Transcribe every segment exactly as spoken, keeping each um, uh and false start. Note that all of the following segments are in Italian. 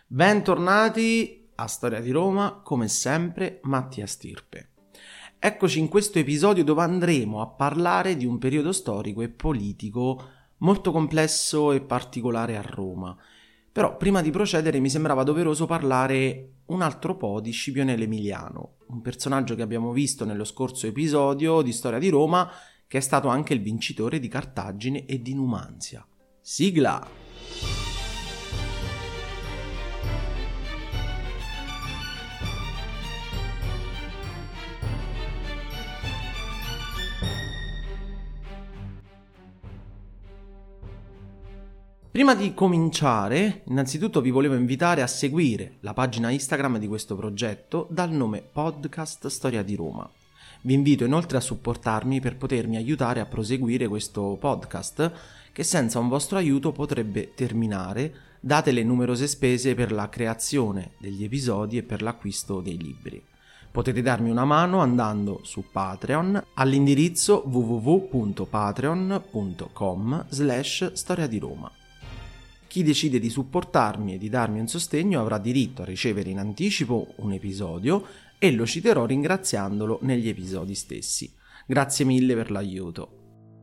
Bentornati a Storia di Roma, come sempre Mattia Stirpe. Eccoci in questo episodio dove andremo a parlare di un periodo storico e politico molto complesso e particolare a Roma. Però prima di procedere mi sembrava doveroso parlare un altro po' di Scipione l'Emiliano, un personaggio che abbiamo visto nello scorso episodio di Storia di Roma, che è stato anche il vincitore di Cartagine e di Numanzia. Sigla! Prima di cominciare, innanzitutto vi volevo invitare a seguire la pagina Instagram di questo progetto dal nome Podcast Storia di Roma. Vi invito inoltre a supportarmi per potermi aiutare a proseguire questo podcast che senza un vostro aiuto potrebbe terminare, date le numerose spese per la creazione degli episodi e per l'acquisto dei libri. Potete darmi una mano andando su Patreon all'indirizzo w w w punto patreon punto com slash storia di Roma. Chi decide di supportarmi e di darmi un sostegno avrà diritto a ricevere in anticipo un episodio e lo citerò ringraziandolo negli episodi stessi. Grazie mille per l'aiuto.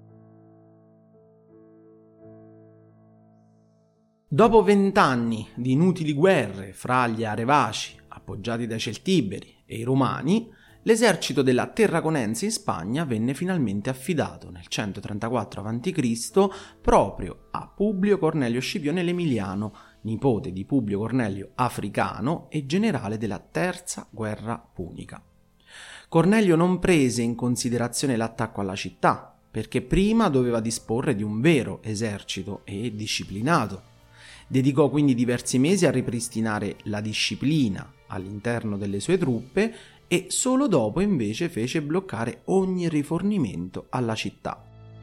Dopo vent'anni di inutili guerre fra gli Arevaci, appoggiati dai Celtiberi, e i Romani, l'esercito della Tarraconense in Spagna venne finalmente affidato nel centotrentaquattro avanti Cristo proprio a Publio Cornelio Scipione l'Emiliano, nipote di Publio Cornelio Africano e generale della Terza Guerra Punica. Cornelio non prese in considerazione l'attacco alla città, perché prima doveva disporre di un vero esercito e disciplinato. Dedicò quindi diversi mesi a ripristinare la disciplina all'interno delle sue truppe e solo dopo invece fece bloccare ogni rifornimento alla città.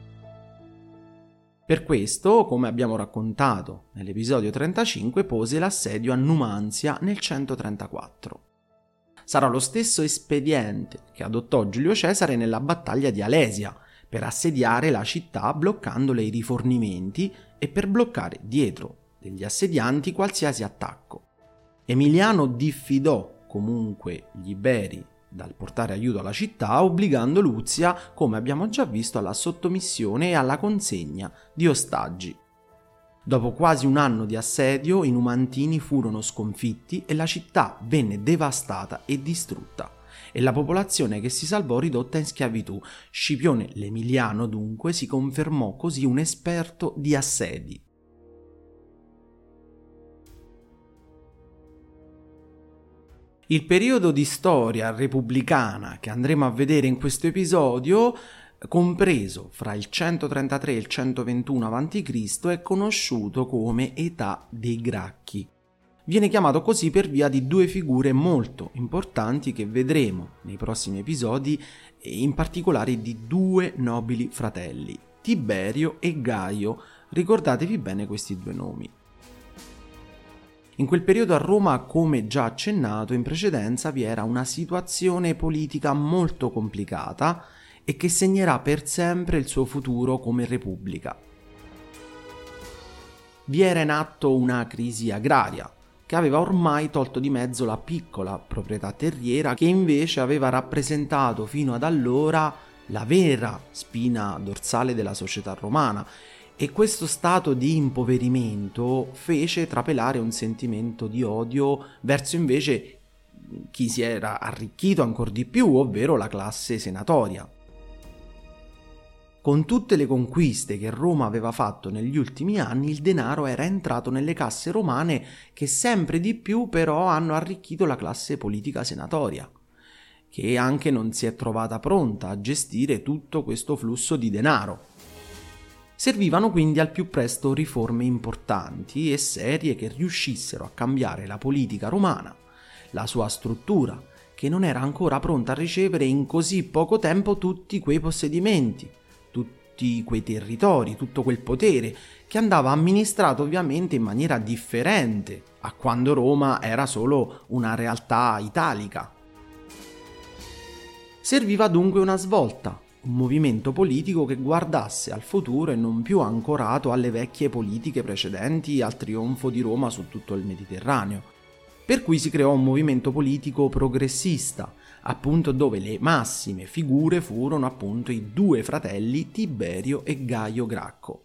Per questo, come abbiamo raccontato nell'episodio trentacinque, pose l'assedio a Numanzia nel centotrentaquattro. Sarà lo stesso espediente che adottò Giulio Cesare nella battaglia di Alesia per assediare la città bloccandole i rifornimenti e per bloccare dietro degli assedianti qualsiasi attacco. Emiliano diffidò comunque gli Iberi dal portare aiuto alla città, obbligando Luzia, come abbiamo già visto, alla sottomissione e alla consegna di ostaggi. Dopo quasi un anno di assedio, i Numantini furono sconfitti e la città venne devastata e distrutta, e la popolazione che si salvò ridotta in schiavitù. Scipione l'Emiliano, dunque, si confermò così un esperto di assedi. Il periodo di storia repubblicana che andremo a vedere in questo episodio, compreso fra il centotrentatré e il centoventuno avanti Cristo, è conosciuto come Età dei Gracchi. Viene chiamato così per via di due figure molto importanti che vedremo nei prossimi episodi, e in particolare di due nobili fratelli, Tiberio e Gaio. Ricordatevi bene questi due nomi. In quel periodo a Roma, come già accennato in precedenza, vi era una situazione politica molto complicata e che segnerà per sempre il suo futuro come repubblica. Vi era in atto una crisi agraria, che aveva ormai tolto di mezzo la piccola proprietà terriera che invece aveva rappresentato fino ad allora la vera spina dorsale della società romana. E questo stato di impoverimento fece trapelare un sentimento di odio verso invece chi si era arricchito ancor di più, ovvero la classe senatoria. Con tutte le conquiste che Roma aveva fatto negli ultimi anni, il denaro era entrato nelle casse romane, che sempre di più però hanno arricchito la classe politica senatoria, che anche non si è trovata pronta a gestire tutto questo flusso di denaro. Servivano quindi al più presto riforme importanti e serie che riuscissero a cambiare la politica romana, la sua struttura, che non era ancora pronta a ricevere in così poco tempo tutti quei possedimenti, tutti quei territori, tutto quel potere, che andava amministrato ovviamente in maniera differente a quando Roma era solo una realtà italica. Serviva dunque una svolta, un movimento politico che guardasse al futuro e non più ancorato alle vecchie politiche precedenti al trionfo di Roma su tutto il Mediterraneo. per cui si creò un movimento politico progressista, appunto dove le massime figure furono appunto i due fratelli Tiberio e Gaio Gracco.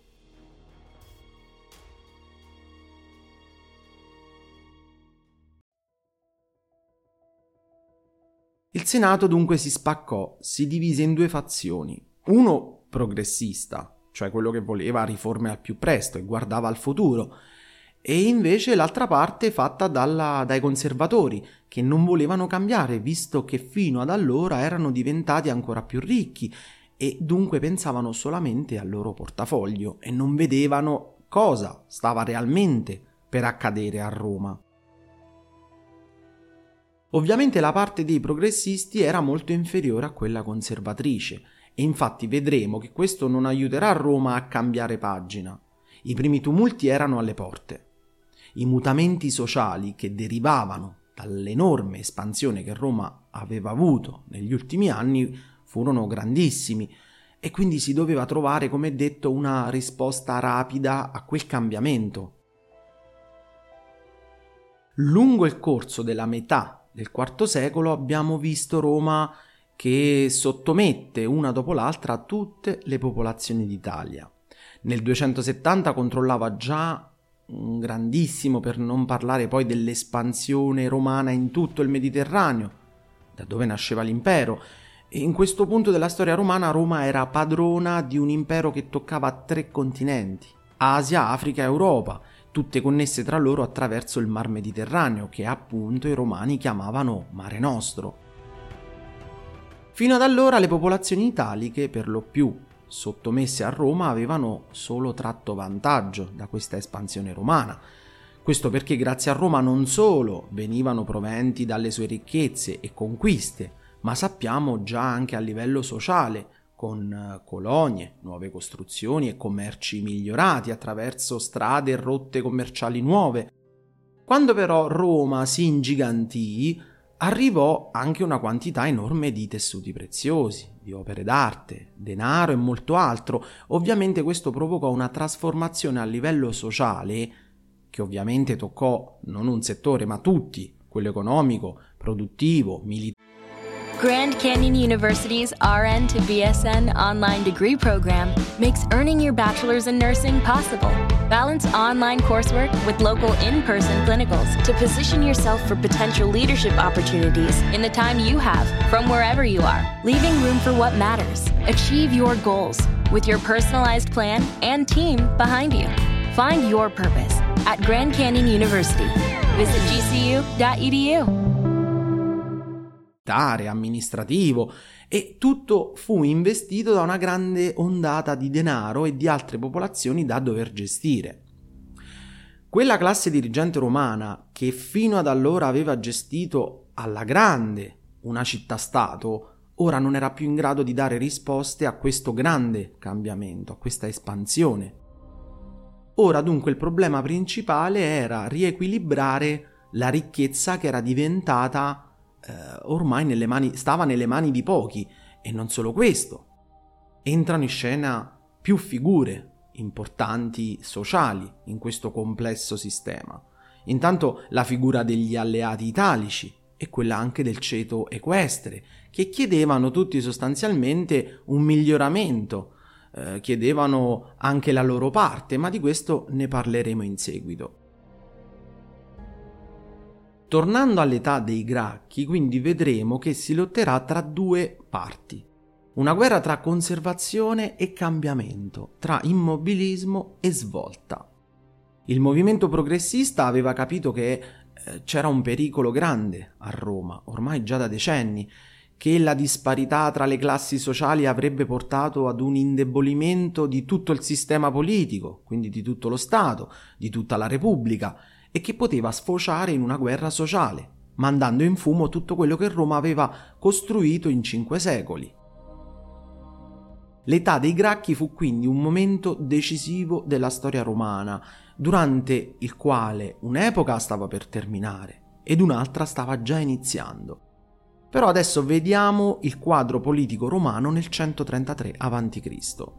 Il Senato dunque si spaccò, si divise in due fazioni, uno progressista, cioè quello che voleva riforme al più presto e guardava al futuro, e invece l'altra parte fatta dalla, dai conservatori, che non volevano cambiare, visto che fino ad allora erano diventati ancora più ricchi e dunque pensavano solamente al loro portafoglio e non vedevano cosa stava realmente per accadere a Roma. Ovviamente la parte dei progressisti era molto inferiore a quella conservatrice e infatti vedremo che questo non aiuterà Roma a cambiare pagina. I primi tumulti erano alle porte. I mutamenti sociali che derivavano dall'enorme espansione che Roma aveva avuto negli ultimi anni furono grandissimi e quindi si doveva trovare, come detto, una risposta rapida a quel cambiamento. Lungo il corso della metà del quarto secolo abbiamo visto Roma che sottomette una dopo l'altra tutte le popolazioni d'Italia. Nel duecentosettanta controllava già un grandissimo, per non parlare poi dell'espansione romana in tutto il Mediterraneo, da dove nasceva l'impero. E in questo punto della storia romana Roma era padrona di un impero che toccava tre continenti: Asia, Africa e Europa, tutte connesse tra loro attraverso il Mar Mediterraneo, che appunto i romani chiamavano Mare Nostro. Fino ad allora le popolazioni italiche, per lo più sottomesse a Roma, avevano solo tratto vantaggio da questa espansione romana. Questo perché grazie a Roma non solo venivano proventi dalle sue ricchezze e conquiste, ma sappiamo già anche a livello sociale, con colonie, nuove costruzioni e commerci migliorati attraverso strade e rotte commerciali nuove. Quando però Roma si ingigantì, arrivò anche una quantità enorme di tessuti preziosi, di opere d'arte, denaro e molto altro. Ovviamente questo provocò una trasformazione a livello sociale che ovviamente toccò non un settore ma tutti, quello economico, produttivo, militare. Grand Canyon University's R N to B S N online degree program makes earning your bachelor's in nursing possible. Balance online coursework with local in-person clinicals to position yourself for potential leadership opportunities in the time you have from wherever you are, leaving room for what matters. Achieve your goals with your personalized plan and team behind you. Find your purpose at Grand Canyon University. Visit g c u dot e d u. amministrativo, e tutto fu investito da una grande ondata di denaro e di altre popolazioni da dover gestire. Quella classe dirigente romana che fino ad allora aveva gestito alla grande una città-stato, ora non era più in grado di dare risposte a questo grande cambiamento, a questa espansione. Ora dunque il problema principale era riequilibrare la ricchezza che era diventata Eh, ormai nelle mani, stava nelle mani di pochi. E non solo questo, entrano in scena più figure importanti sociali in questo complesso sistema. Intanto la figura degli alleati italici e quella anche del ceto equestre, che chiedevano tutti sostanzialmente un miglioramento, eh, chiedevano anche la loro parte, ma di questo ne parleremo in seguito. Tornando all'età dei Gracchi, quindi vedremo che si lotterà tra due parti. Una guerra tra conservazione e cambiamento, tra immobilismo e svolta. Il movimento progressista aveva capito che eh, c'era un pericolo grande a Roma, ormai già da decenni, che la disparità tra le classi sociali avrebbe portato ad un indebolimento di tutto il sistema politico, quindi di tutto lo Stato, di tutta la Repubblica, e che poteva sfociare in una guerra sociale, mandando in fumo tutto quello che Roma aveva costruito in cinque secoli. L'età dei Gracchi fu quindi un momento decisivo della storia romana, durante il quale un'epoca stava per terminare ed un'altra stava già iniziando. Però adesso vediamo il quadro politico romano nel centotrentatré avanti Cristo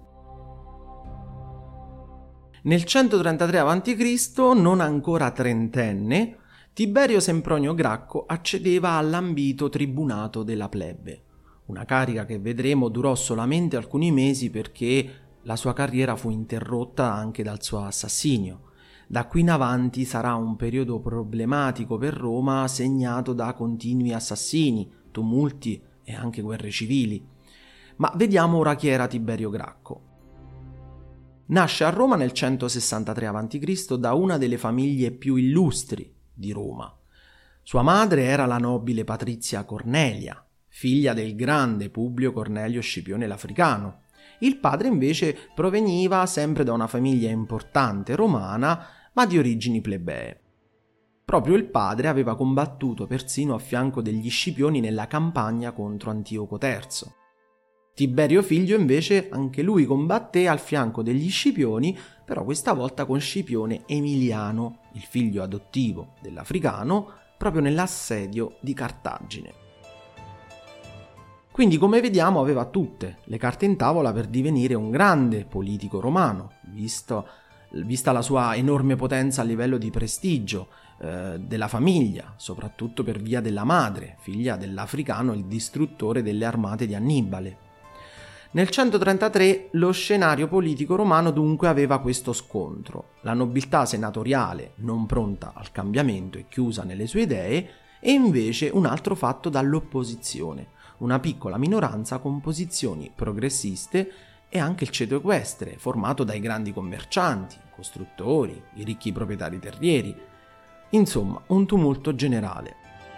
Nel centotrentatré avanti Cristo, non ancora trentenne, Tiberio Sempronio Gracco accedeva all'ambito tribunato della plebe, una carica che vedremo durò solamente alcuni mesi perché la sua carriera fu interrotta anche dal suo assassinio. Da qui in avanti sarà un periodo problematico per Roma segnato da continui assassini, tumulti e anche guerre civili. Ma vediamo ora chi era Tiberio Gracco. Nasce a Roma nel centosessantatré avanti Cristo da una delle famiglie più illustri di Roma. Sua madre era la nobile patrizia Cornelia, figlia del grande Publio Cornelio Scipione l'Africano. Il padre invece proveniva sempre da una famiglia importante romana, ma di origini plebee. Proprio il padre aveva combattuto persino a fianco degli Scipioni nella campagna contro Antioco terzo. Tiberio figlio invece anche lui combatté al fianco degli Scipioni, però questa volta con Scipione Emiliano, il figlio adottivo dell'Africano, proprio nell'assedio di Cartagine. Quindi, come vediamo, aveva tutte le carte in tavola per divenire un grande politico romano, visto, vista la sua enorme potenza a livello di prestigio eh, della famiglia, soprattutto per via della madre, figlia dell'Africano, il distruttore delle armate di Annibale. Nel centotrentatré lo scenario politico romano dunque aveva questo scontro: la nobiltà senatoriale non pronta al cambiamento e chiusa nelle sue idee, e invece un altro fatto dall'opposizione, una piccola minoranza con posizioni progressiste e anche il ceto equestre, formato dai grandi commercianti, costruttori, i ricchi proprietari terrieri. Insomma, un tumulto generale.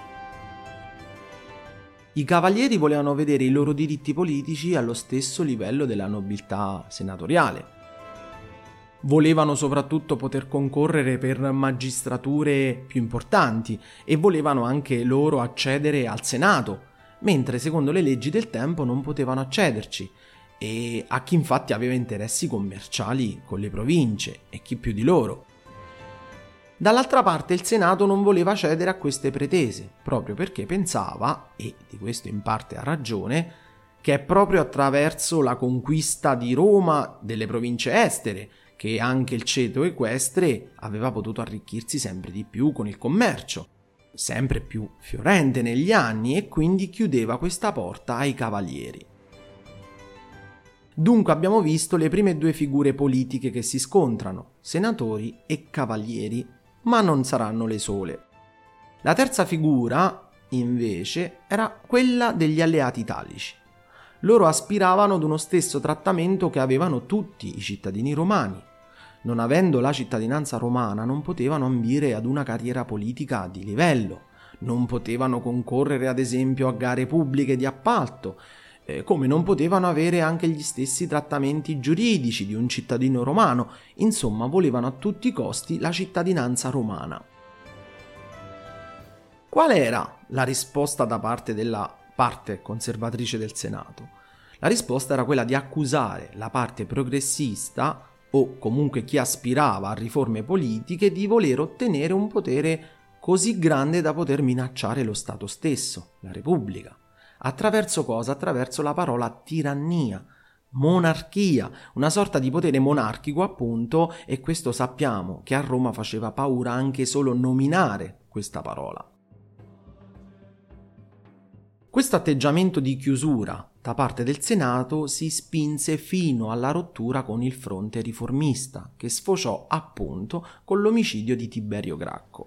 I cavalieri volevano vedere i loro diritti politici allo stesso livello della nobiltà senatoriale. Volevano soprattutto poter concorrere per magistrature più importanti e volevano anche loro accedere al Senato, mentre secondo le leggi del tempo non potevano accederci, e a chi infatti aveva interessi commerciali con le province, e chi più di loro. Dall'altra parte il Senato non voleva cedere a queste pretese, proprio perché pensava, e di questo in parte ha ragione, che è proprio attraverso la conquista di Roma delle province estere che anche il ceto equestre aveva potuto arricchirsi sempre di più con il commercio, sempre più fiorente negli anni, e quindi chiudeva questa porta ai cavalieri. Dunque abbiamo visto le prime due figure politiche che si scontrano, senatori e cavalieri, ma non saranno le sole. La terza figura, invece, era quella degli alleati italici. Loro aspiravano ad uno stesso trattamento che avevano tutti i cittadini romani. Non avendo la cittadinanza romana, non potevano ambire ad una carriera politica di livello, non potevano concorrere ad esempio a gare pubbliche di appalto, eh, come non potevano avere anche gli stessi trattamenti giuridici di un cittadino romano. Insomma, volevano a tutti i costi la cittadinanza romana. Qual era la risposta da parte della parte conservatrice del Senato? La risposta era quella di accusare la parte progressista, o comunque chi aspirava a riforme politiche, di voler ottenere un potere così grande da poter minacciare lo Stato stesso, la Repubblica. Attraverso cosa? Attraverso la parola tirannia, monarchia, una sorta di potere monarchico appunto, e questo sappiamo che a Roma faceva paura anche solo nominare questa parola. Questo atteggiamento di chiusura da parte del Senato si spinse fino alla rottura con il fronte riformista, che sfociò appunto con l'omicidio di Tiberio Gracco.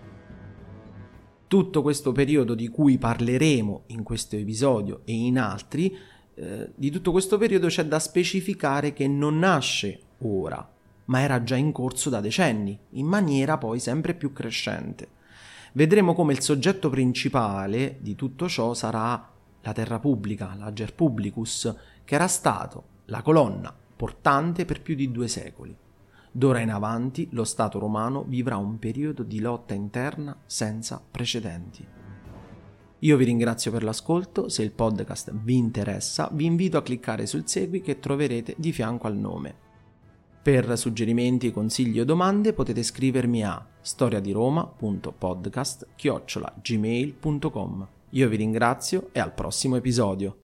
Tutto questo periodo di cui parleremo in questo episodio e in altri, eh, di tutto questo periodo c'è da specificare che non nasce ora, ma era già in corso da decenni, in maniera poi sempre più crescente. Vedremo come il soggetto principale di tutto ciò sarà la terra pubblica, l'ager publicus, che era stato la colonna portante per più di due secoli. D'ora in avanti lo Stato romano vivrà un periodo di lotta interna senza precedenti. Io vi ringrazio per l'ascolto, se il podcast vi interessa vi invito a cliccare sul segui che troverete di fianco al nome. Per suggerimenti, consigli o domande potete scrivermi a storiadiroma punto podcast chiocciola gmail punto com. Io vi ringrazio e al prossimo episodio.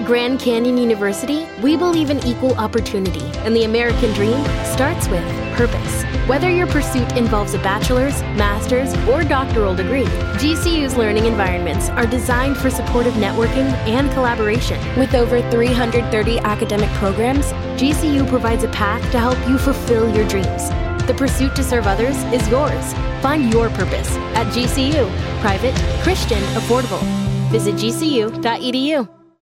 Grand Canyon University, we believe in equal opportunity, and the American dream starts with purpose. Whether your pursuit involves a bachelor's, master's, or doctoral degree, G C U's learning environments are designed for supportive networking and collaboration. With over three hundred thirty academic programs, G C U provides a path to help you fulfill your dreams. The pursuit to serve others is yours. Find your purpose at G C U. Private, Christian, affordable. Visit G C U dot E D U.